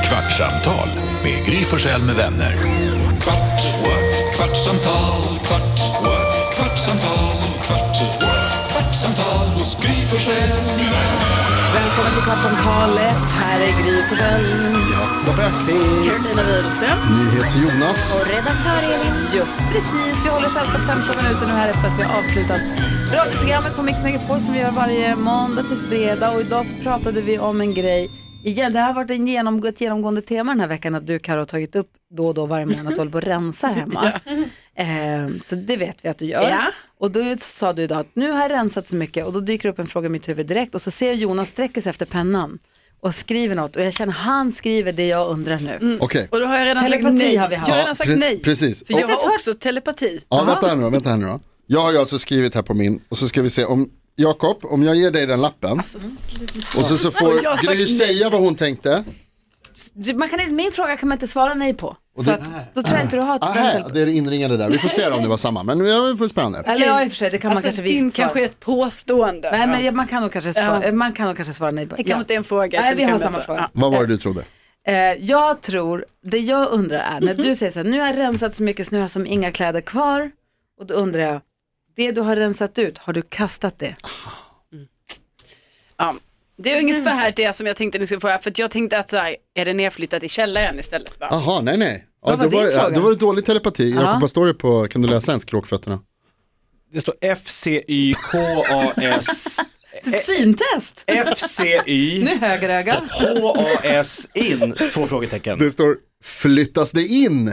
Kvartsamtal med Gry Forssell med vänner. Kvart, what? Kvartsamtal, kvart, what? Kvartsamtal, kvart, what? Kvartsamtal hos Gry Forssell med vänner. Välkommen till Kvartsamtalet. Här är Gry Forssell. Jakob Öqvist. Carolina Widerström. NyhetsJonas. Och redaktör Elin. Just precis. Vi håller sällskap 15 minuter nu här efter att vi har avslutat radioprogrammet på Mix Megapol som vi gör varje måndag till fredag. Och idag så pratade vi om en grej. Igen, det har varit ett genomgående tema den här veckan att du, Karo, har tagit upp då och då varje månad att du håller på och rensar hemma. Så det vet vi att du gör. Ja. Och då sa du idag att nu har jag rensat så mycket och då dyker upp en fråga i mitt huvud direkt och så ser Jonas sträcker sig efter pennan och skriver något och jag känner han skriver det jag undrar nu. Okej. Och då har jag redan Telepati sagt nej. har vi haft. Jag har redan sagt nej. Precis. För jag har också telepati. Ja, vänta här nu då. Jag har alltså skrivit här på min och så ska vi se om Jakob, om jag ger dig den lappen och så får Gry säga vad hon tänkte. Min fråga kan man inte svara nej på. Så att, då tror jag inte du har Det är det inringade där. Vi får se om det var samma. Men nu är vi spännande. Eller ja, i och för sig, det kan man kanske visst din kanske är ett påstående. Nej, men man kan nog kanske svara nej på. Det kan inte en fråga. Nej, vi har samma fråga. Vad var det du trodde? Jag tror, det jag undrar är, när du säger så här, nu har jag rensat så mycket snö som inga kläder kvar. Och då undrar jag, det du har rensat ut, har du kastat det? Ja, det är ungefär det som jag tänkte ni skulle få. För att jag tänkte att så här, är det nedflyttat i källaren istället? Jaha, nej. Ja, Vad var din fråga? då var det dålig telepati. Jakob, vad står det på? Kan du läsa ens kråkfötterna? Det står FCYKAS. Syntest! FCY Nu högeröga. HAS in. 2 frågetecken. Det står flyttas det in.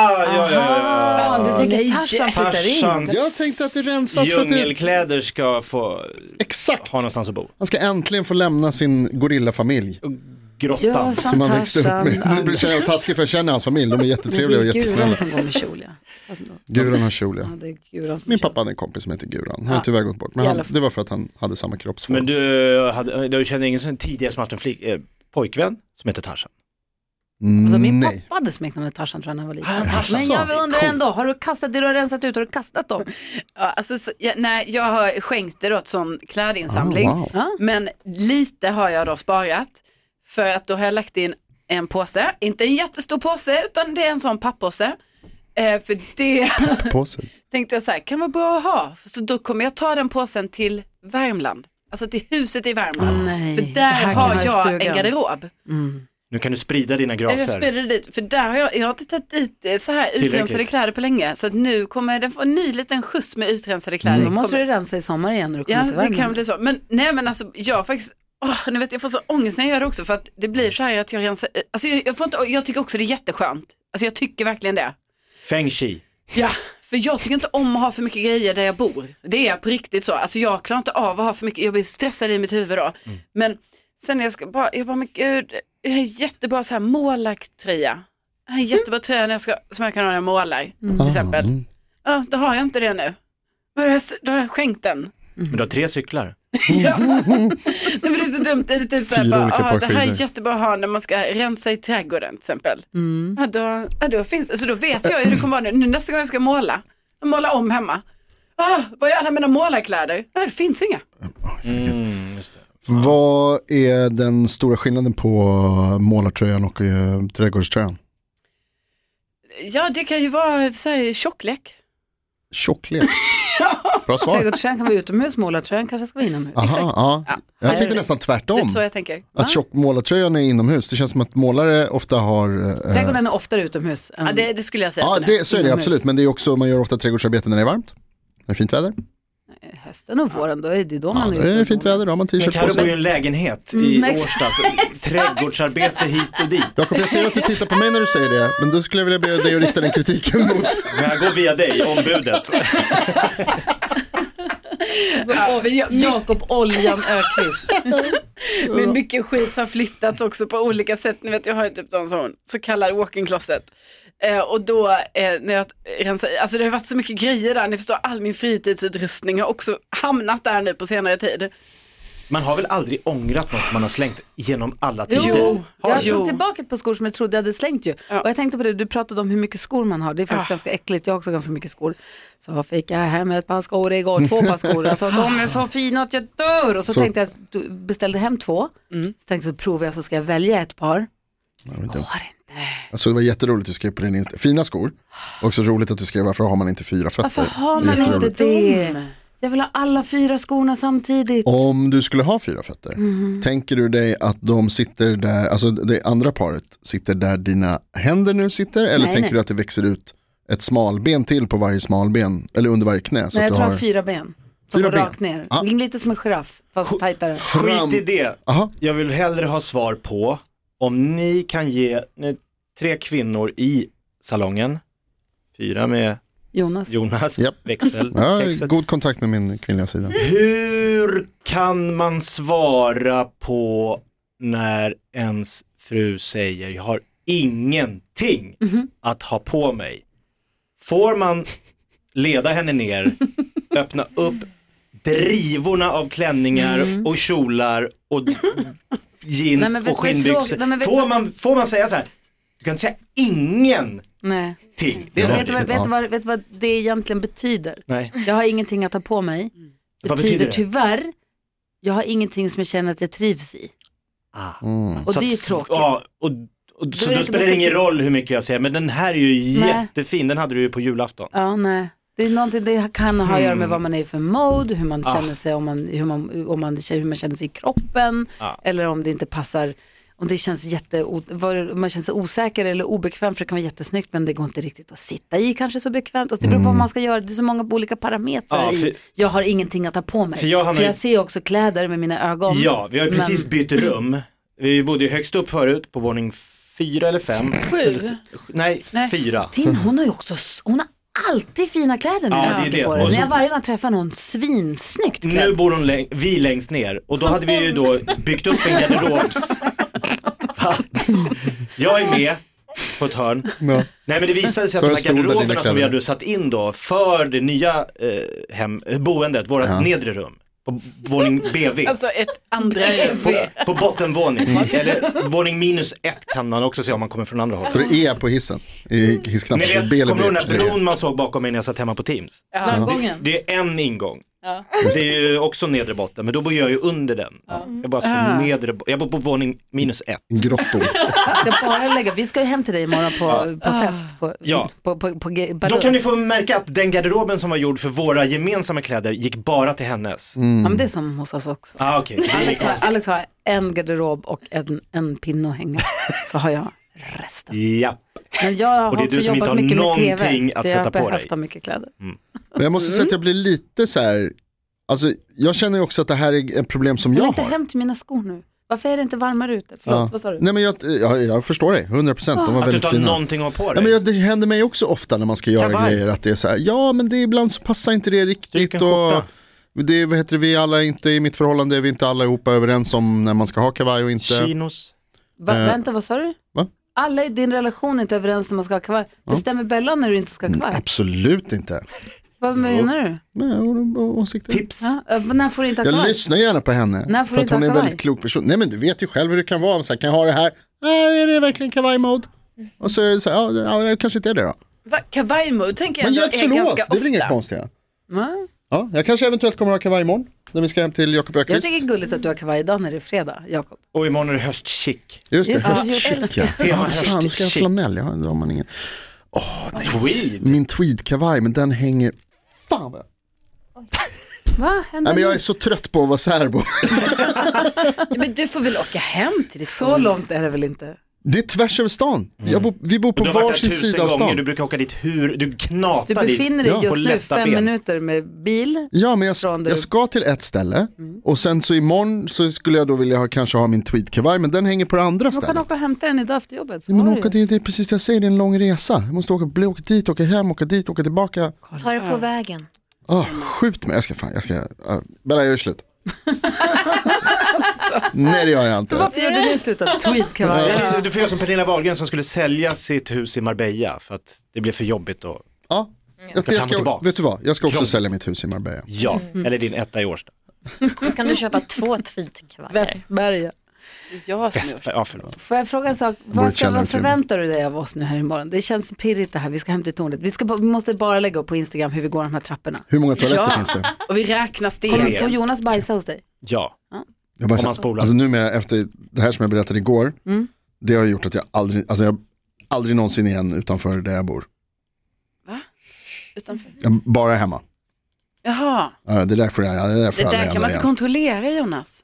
Ja, du tänker Tarzan flyttar in. Tarzans Jag tänkte att det rensas för att det... djungelkläder ska få Exakt. ha någonstans att bo. Han ska äntligen få lämna sin gorillafamilj Grottan. Ja, som han växte upp med. Nu blir jag taskig för jag känner hans familj. De är jättetrevliga och jättesnälla. Guran som går med kjol, ja. Guran har kjol, ja. Det är Guran som Min kjol. pappa hade en kompis som heter Guran. Han har tyvärr gått bort. Men det var för att han hade samma kroppsform. Men du känner ingen som tidigare som haft en pojkvän som heter Tarzan? Alltså, min Nej. pappa hade smeknamnet Tarzan tror jag när han var liten. Tarzan. Men jag undrar ändå, har du kastat det du har rensat ut? Har du kastat dem? Ja, alltså, nej, jag har skänkt det då till sån klädinsamling. Wow. Men lite har jag då sparat. För att då har jag lagt in en påse. Inte en jättestor påse utan det är en sån papppåse. För det På sig. tänkte jag så här, kan vara bra att ha. Så då kommer jag ta den påsen till Värmland. Alltså till huset i Värmland. Nej, För det där här kan har vara i jag stugan. en garderob. Nu kan du sprida dina Jag graser. sprider det dit. För där har jag har inte tagit dit så här utrensade Tillräckligt. kläder på länge. Så att nu kommer den få en ny liten skjuts med utrensade kläder. Då måste du rensa i sommar igen när du kommer Ja, till det Värmland. kan bli så. Men nej, men alltså jag faktiskt, nu vet jag får så ångest när jag gör det också. För att det blir så här att jag rensar, alltså jag tycker också det är jätteskönt. Alltså jag tycker verkligen det. Feng Shui. Ja, för jag tycker inte om att ha för mycket grejer där jag bor. Det är på riktigt så. Alltså jag klarar inte av att ha för mycket, jag blir stressad i mitt huvud då. Men sen när jag bara, men gud, jag har jättebra så här målartröja. Jag har jättebra tröja som jag kan ha när jag målar, till exempel. Ja, då har jag inte det nu. Då har jag skänkt den. Men du har 3 cyklar. Ja. Nej, men det är så dumt. Det är typ så här, 4 olika par det här är skidor. jättebra att ha när man ska rensa i trädgården till exempel. Då finns det. Så då vet jag hur det kommer vara nu nästa gång jag ska måla om hemma. Vad är alla mina målarkläder? Nej, det finns inga. Just det. Vad är den stora skillnaden på målartröjan och trädgårdströjan? Ja, det kan ju vara så här, tjocklek. Tjocklek. Bra svar. Trädgårdströjan kan vara utomhus, målartröjan kanske ska vara inomhus. Aha, ja. Jag tänkte nästan Det tvärtom. är så jag tänker. Att målartröjan är inomhus. Det känns som att målare ofta har... Trädgården är oftare utomhus. Ja, det skulle jag säga. Ja, att den är. så är det absolut. Men det är också, man gör ofta trädgårdsarbete när det är varmt. När det är fint väder. Hösten och våren, då är det då man Ja, då är det fint väder, då har man Men t-shirt på Karo bor ju i sig. en lägenhet i exakt. Årsta. Trädgårdsarbete hit och dit. Jakob, jag ser att du tittar på mig när du säger det. Men då skulle jag vilja be dig att rikta den kritiken mot... Men jag går via dig, ombudet. Jakob Oljan Öqvist. Men mycket skit som har flyttats också på olika sätt. Ni vet, jag har ju typ en sån så kallad walk-in closet. Och då när jag rensar, alltså det har varit så mycket grejer där. Ni förstår, all min fritidsutrustning har också hamnat där nu på senare tid. Man har väl aldrig ångrat något man har slängt genom alla tider? Jo. Jag tog tillbaka ett par skor som jag trodde jag hade slängt ju. Ja. Och jag tänkte på det, du pratade om hur mycket skor man har. Det är faktiskt ganska äckligt, jag har också ganska mycket skor. Så fick jag hem ett par skor igår, 2 par skor. Alltså de är så fina att jag dör. Och så tänkte jag att du beställde hem 2. Så tänkte jag så provar jag så ska jag välja ett par. Alltså det var jätteroligt att du skrev på din Insta. Fina skor. Också roligt att du skrev varför har man inte 4 fötter. Varför har man inte det? Jag vill ha alla 4 skorna samtidigt. Om du skulle ha 4 fötter, tänker du dig att de sitter där, alltså det andra paret sitter där dina händer nu sitter? Eller tänker du att det växer ut ett smalben till på varje smalben, eller under varje knä? Så Nej, att jag du tror 4 ben. Som går rakt ner. Lite som en giraff, fast tajtare. Skit i det. Aha. Jag vill hellre ha svar på om ni kan ge 3 kvinnor i salongen, 4 med Jonas Japp. växel. Ja, god kontakt med min kvinnliga sida. Hur kan man svara på när ens fru säger jag har ingenting att ha på mig? Får man leda henne ner, öppna upp drivorna av klänningar och kjolar och jeans och skinnbyxor? Får man säga så här? Du kan inte säga ingenting. Vet du vad det egentligen betyder? Nej. Jag har ingenting att ta på mig. Betyder tyvärr, jag har ingenting som jag känner att jag trivs i. Och det är tråkigt. Ja, så då spelar det ingen roll hur mycket jag säger. Men den här är ju jättefin. Den hade du ju på julafton. Ja, nej. Det är någonting, det kan ha att göra med vad man är för mode, hur man känner sig, hur man känner sig i kroppen, eller om det inte passar, om det känns man känner sig osäker eller obekväm, för det kan vara jättesnyggt men det går inte riktigt att sitta i kanske så bekvämt. Alltså, det beror på vad man ska göra, det är så många olika parametrar i. Jag har ingenting att ta på mig. För jag ser också kläder med mina ögon. Ja, vi har ju precis bytt rum. Vi bodde ju högst upp förut på våning 4 eller 5. 7? Nej, 4. Hon har ju också, hon har alltid fina kläder nu. Ja, det är det. När jag varje gång träffar någon svinsnyggt klädd. Nu bor vi längst ner. Och då hade vi ju då byggt upp en garderobs. Jag är med på ett hörn. Nej, men det visade sig att de här garderoberna som vi hade satt in då för det nya boendet, vårt nedre rum på våning BV. Alltså ett andra på bottenvåning. Eller våning -1 kan man också se om man kommer från andra håll. Så det är på hissen i hissknappen. Ni vet, kommer du den här bron man såg bakom mig när jag satt hemma på Teams? Det är en ingång. Ja. Det är ju också nedre botten, men då bor jag ju under den. Jag bara ska jag bor på våning -1. Grottor. Vi ska ju hem till dig imorgon på fest. Då kan ni få märka att den garderoben som var gjord för våra gemensamma kläder gick bara till hennes. Ja, men det är som hos oss också. Okay. Alex har en garderob och en pinne att hänga. Så har jag resten. Ja. Men jag har också jobbat mycket med TV, att så jag sätta på behöver mycket kläder. Men jag måste säga att jag blir lite så här, alltså jag känner ju också att det här är ett problem som jag har. Jag inte hem till mina skor nu. Varför är det inte varmare ute? Förlåt, vad sa du? Nej, men jag förstår dig, 100%. De var väldigt att du tar någonting att på dig. Ja, men det händer mig också ofta när man ska göra grejer att det är så här, ja men det är ibland så passar inte det riktigt. Och det, vi alla inte i mitt förhållande är vi inte alla ihop överens om när man ska ha kavaj och inte. Chinos. Vänta, vad sa du? Va? Alla i din relation är inte överens när man ska ha kavaj. Bestämmer Bella när du inte ska ha kavaj? Absolut inte. Vad menar du? Åsikter. Tips. När får du inte ha kavaj? Jag lyssnar gärna på henne. När får för att hon är en väldigt klok person. Nej, men du vet ju själv hur det kan vara. Så här, kan jag ha det här? Nej, är det verkligen kavaj-mode? Och så är det så här, jag kanske inte är det då. Kavaj-mode tänker jag men är ganska ofta. Det är väl inga konstiga. Ja, jag kanske eventuellt kommer att ha kavaj imorgon. När vi ska hem till Jakob Öqvist. Jag tycker det är gulligt att du har kavaj idag när det är fredag, Jakob. Och imorgon är det höstchick. Just det, höstchick. Fan, ska jag flanell? Ja, det har man ingen. Tweed. Min tweed-kavaj, men den hänger. Fan vad. Vad händer? Nej, men jag är så trött på att vara särbo. Men du får väl åka hem till det. Så långt är det väl inte? Det är tvärs över stan. Vi bor på varsin sida av stan. Du brukar åka dit du knatar dit. Du befinner dig just nu 5 ben. minuter med bil. Ja, men jag ska till ett ställe. Och sen så imorgon så skulle jag då vilja kanske ha min tweed-kavaj. Men den hänger på det andra stället. Man kan åka och hämta den idag efter jobbet. Men det är precis det jag säger, det är en lång resa. Jag måste åka dit, åka hem, åka dit, åka tillbaka. Ta det på vägen. Skjut mig, Bella, jag är slut. Nej, det gör jag inte. Varför gjorde ni slut av tweed-kavaj? Du får göra som Pernilla Wahlgren som skulle sälja sitt hus i Marbella för att det blev för jobbigt. Vet du vad? Jag ska också sälja mitt hus i Marbella. Ja, eller din etta i Årsta. Kan du köpa 2 tweed-kavajer? Västberga. Får jag fråga en sak? Vad förväntar du dig av oss nu här imorgon? Det känns pirrigt det här, vi ska hem till tornet. Vi måste bara lägga upp på Instagram hur vi går de här trapporna. Hur många toaletter finns det? Och vi räknar steg. Kommer få Jonas bajsa hos dig? Ja. Alltså numera efter det här som jag berättade igår, Det har gjort att jag aldrig någonsin igen utanför där jag bor. Va? Utanför? Bara hemma. Jaha. Ja, det är därför jag Det där kan man inte kontrollera, Jonas.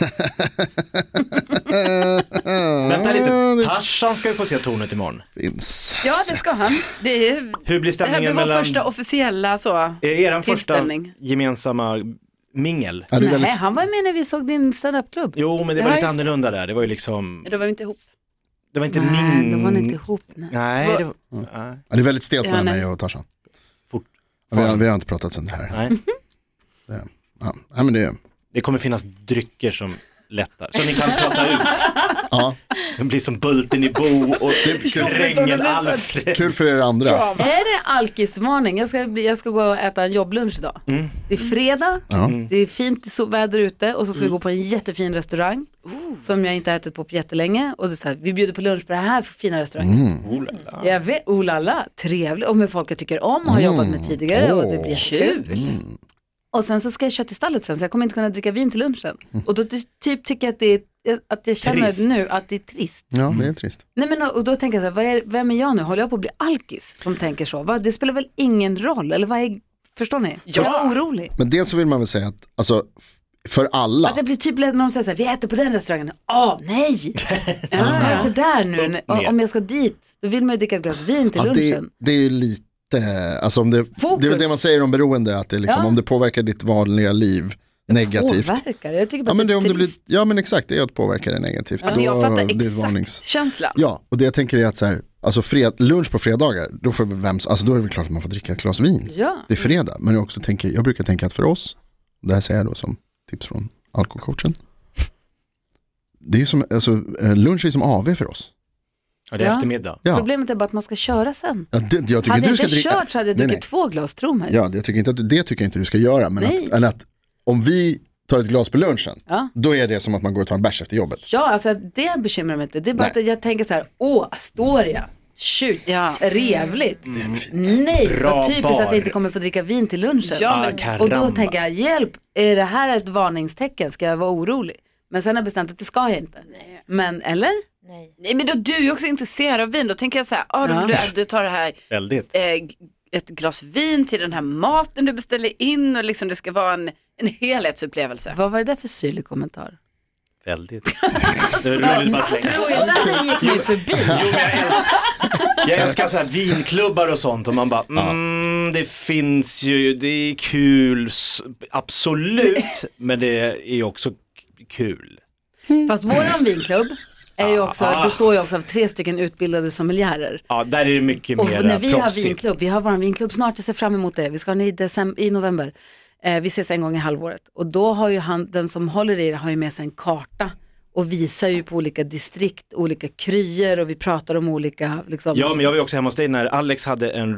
Vänta lite, Tarzan ska ju få se tornet imorgon. Finns. Ja, det ska han. Det är, Hur blir det här stämningen blir vår mellan... första officiella så. Är det eran första tillställning. gemensamma mingel? Ja, det är Nej, väldigt... han var med när vi såg din stand-up-klubb. Jo, men det Ja, var lite just det. annorlunda där. Det var ju liksom... Då var vi inte ihop. Det var inte Nej, min... då var ni inte ihop. Nej. Nej, det var... Nej. Ja, det är väldigt stelt mellan nej. mig och Tarzan. Fort. Vi har inte pratat sen det här. Nej. Ja, men det... Det kommer finnas drycker som lättar. Så ni kan prata ut. Ja, Som blir som Bulten i Bo och drängen Alfred. kul för er andra. Är det alkisvarning? Jag ska gå och äta en jobblunch idag. Det är fredag, det är fint väder ute och så ska vi gå på en jättefin restaurang som jag inte ätit på jättelänge. Och det är så här, vi bjuder på lunch på den här fina restaurangen. Jag vet, lala, trevligt. Och med folk jag tycker om och har jobbat med tidigare och det blir kul. Och sen så ska jag köra till stallet sen så jag kommer inte kunna dricka vin till lunchen. Och då typ tycker jag att jag känner Trist. nu att det är trist. Ja, det är trist. Nej men och då tänker jag så här, vem är jag nu? Håller jag på att bli alkis som tänker så? Det spelar väl ingen roll? Eller förstår ni? Jag är orolig. Men dels så vill man väl säga att, alltså, för alla. Att det blir typ när de säger så här, vi äter på den restaurangen. Nej! Varför där nu? Om jag ska dit, då vill man ju dricka ett glas vin till lunchen. Det är ju lite, alltså om det är väl det man säger om beroende, att det är liksom, om det påverkar ditt vanliga liv negativt. Påverkar? Jag tycker bara Ja, men det är om det blir, trist. ja men exakt, det är att påverka det negativt. Alltså jag fattar det är exakt känslan. Ja, och det jag tänker är att så här, alltså lunch på fredagar, då får vi då är det väl klart att man får dricka ett glas vin. Ja. Det är fredag, men jag brukar tänka att för oss, det här säger jag då som tips från alkoholcoachen, det är som, alltså, lunch är som AV för oss. Ja, det är eftermiddag. Ja. Problemet är bara att man ska köra sen. Ja, jag tycker Hade inte jag du ska inte dricka. kört så hade jag Nej, druckit 2 glas, tro mig. Ja, det tycker jag inte du ska göra, men att om vi tar ett glas på lunchen, då är det som att man går och tar en bärs efter jobbet. Ja, alltså det bekymrar mig inte. Det är bara att jag tänker så här, Astoria, shoot, trevligt. Nej, Bra vad typiskt bar. att jag inte kommer få dricka vin till lunchen. Ja, och då tänker jag, hjälp, är det här ett varningstecken? Ska jag vara orolig? Men sen har jag bestämt att det ska jag inte. Nej. Men, eller? Nej, men då du är också intresserad av vin. Då tänker jag så här, du tar det här Väldigt. ett glas vin till den här maten du beställer in och liksom det ska vara en helhetsupplevelse. Vad var det där för syrlig kommentar? Väldigt. Det är roligt bara att lägga. Tror jag där den gick mig förbi. Jo, men jag älskar så här vinklubbar och sånt och man bara, det finns ju, det är kul, absolut, men det är ju också kul. Fast våran vinklubb är ju också, består ju också av 3 stycken utbildade sommelierer. Ja, där är det mycket Och mer när vi har proffsigt. vinklubb, vi har vår vinklubb snart, jag ser fram emot det. Vi ska ha den i november. Vi ses en gång i halvåret. Och då har ju den som håller i det har ju med sig en karta och visar ju på olika distrikt, olika kryer och vi pratar om olika liksom. Ja, men jag var ju också hemma hos dig när Alex hade en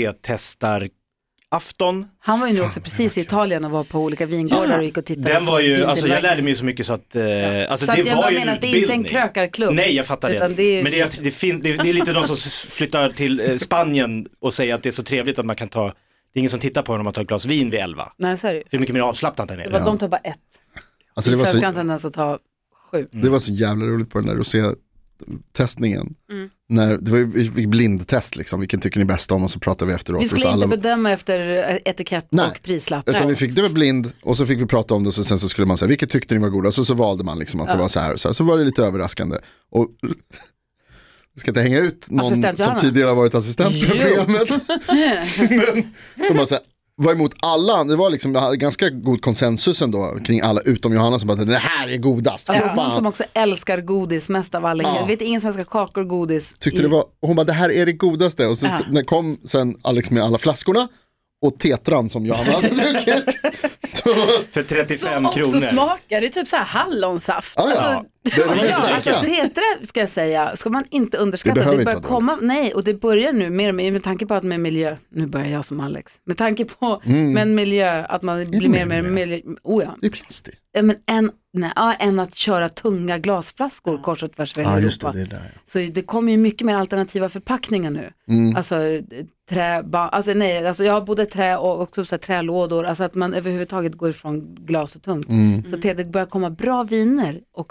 rosé-testar-afton. Han var ju nu också precis i Italien och var på olika vingårdar och gick och tittade. Den var ju, på alltså jag lärde mig ju så mycket så att, alltså Så att det jag var bara ju menar en att det är inte en utbildning. krökarklubb. Nej, jag fattar Utan det. det är- Men det är lite de som flyttar till Spanien och säger att det är så trevligt att man kan ta, det är ingen som tittar på när man tar ett glas vin vid 11. Nej, så är det ju. Det är mycket mer avslappnat än det. De tar bara 1. Alltså det var Så så, kan en tendens att ta 7. det var så jävla roligt på den där rosé-testningen. När vi fick blindtest liksom, vilken tycker ni bäst om, och så pratade vi efteråt. Vi skulle så inte alla, bedöma efter etikett Nej. och prislapp. utan det var blind, och så fick vi prata om det, och sen så skulle man säga, vilket tyckte ni var goda, så valde man liksom att det var så här och så här. Så var det lite överraskande. Och jag ska inte hänga ut någon Assistent som Johanna. tidigare har varit assistent på Jo. programmet. Men som bara så här, var emot alla, det var liksom, jag hade ganska god konsensus ändå kring alla utom Johanna som bara, det här är godast. Alltså, Fan. hon som också älskar godis mest av alla. Jag vet ingen som älskar kakor och godis. Tyckte det var, och hon bara, det här är det godaste. Och så när kom sen Alex med alla flaskorna och tetran som Johanna hade druckit. För 35 Så kronor. också smakar det typ så här hallonsaft. Ja, Alltså, det var det Ja, alltså säkra. tetra ska jag säga, ska man inte underskatta. Det behöver inte börjar vara komma, nej, och det börjar nu mer med tanke på att med miljö, nu börjar jag som Alex, med tanke på med miljö, att man blir mer och mer miljö, Det är plastik. men än att köra tunga glasflaskor kors och tvärs över Ja, Europa. just det, det är där. Ja. Så det kommer ju mycket mer alternativa förpackningar nu. Alltså alltså jag har både trä och också så här trälådor, alltså att man överhuvudtaget går ifrån glas och tungt. Så det börjar komma bra viner också i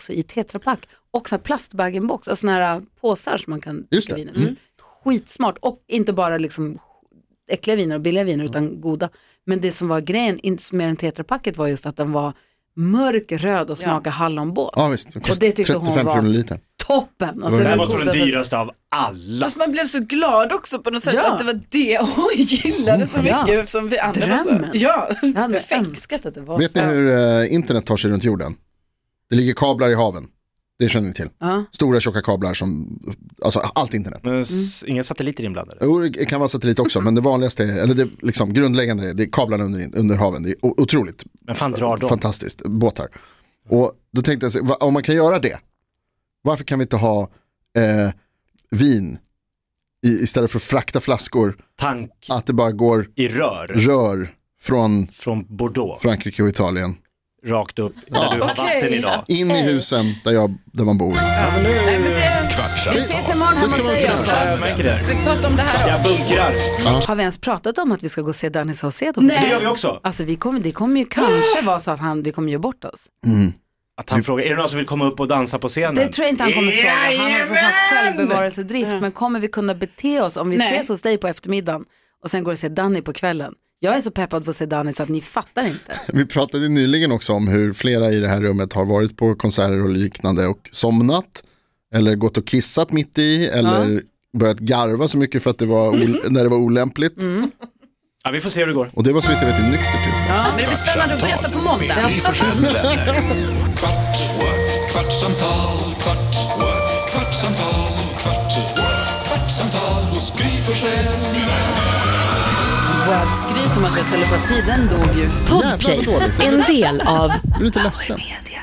tetrapack och så här plastbag-in-box, alltså såna här påsar som man kan dricka viner. Skitsmart, och inte bara liksom äckliga viner och billiga viner utan goda. Men det som var grejen, inte mer än tetrapacket, var just att den var mörkröd och smakade hallonbåt. Ja visst, och det tyckte hon var liten. Toppen. Alltså, det här måste vara den dyraste av alla. Alltså man blev så glad också på något sätt att det var det hon gillade så mycket som vi andra. Drömmen. Ja, jag hade önskat att det var. Vet ni hur internet tar sig runt jorden? Det ligger kablar i haven. Det känner ni till. Stora tjocka kablar som, alltså allt internet. Men inga satelliter inblandade. Jo, det kan vara satellit också, men det vanligaste, eller det liksom grundläggande, det är kablarna under haven. Det är otroligt. Men fan drar de? Fantastiskt, båtar. Och då tänkte jag, om man kan göra det, varför kan vi inte ha vin istället för att frakta flaskor? Tank. Att det bara går i rör från Bordeaux, Frankrike och Italien. Rakt upp där du har vatten idag. In i husen där man bor. Vi ses imorgon hemma hos dig. Jag märker det. Vi pratar om det här. Jag bunkrar. Har vi ens pratat om att vi ska gå och se Danny Saucedo? Nej. Det gör vi också. Alltså det kommer ju kanske vara så att vi kommer göra bort oss. Att han frågar, är det någon som vill komma upp och dansa på scenen? Det tror jag inte han kommer fråga. Han har för fan självbevarelsedrift. Men kommer vi kunna bete oss om vi ses hos dig på eftermiddagen och sen går och ser Danny på kvällen? Jag är så peppad för att se Danny så att ni fattar inte. Vi pratade nyligen också om hur flera i det här rummet har varit på konserter och liknande och somnat eller gått och kissat mitt i eller börjat garva så mycket för att det var när det var olämpligt. Ja, vi får se hur det går. Och det var så vitt jag vet nyktert just det. Ja, men det blir spännande att berätta på måndag. Med Gry Forssell med vänner. Kvart, what? Kvartsamtal, kvart, what? Kvartsamtal, kvart, what? Kvartsamtal hos Gry Forssell med vänner. Vårt skryt om att jag telepati, den dog ju. Podplay, en del av Jag är lite ledsen.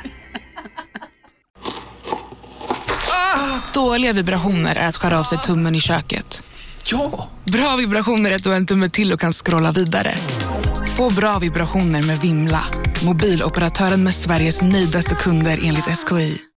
Dåliga vibrationer är att skära av sig tummen i köket. Ja! Bra vibrationer är att du har en tumme till och kan scrolla vidare. Få bra vibrationer med Vimla. Mobiloperatören med Sveriges nöjdaste kunder enligt SKI.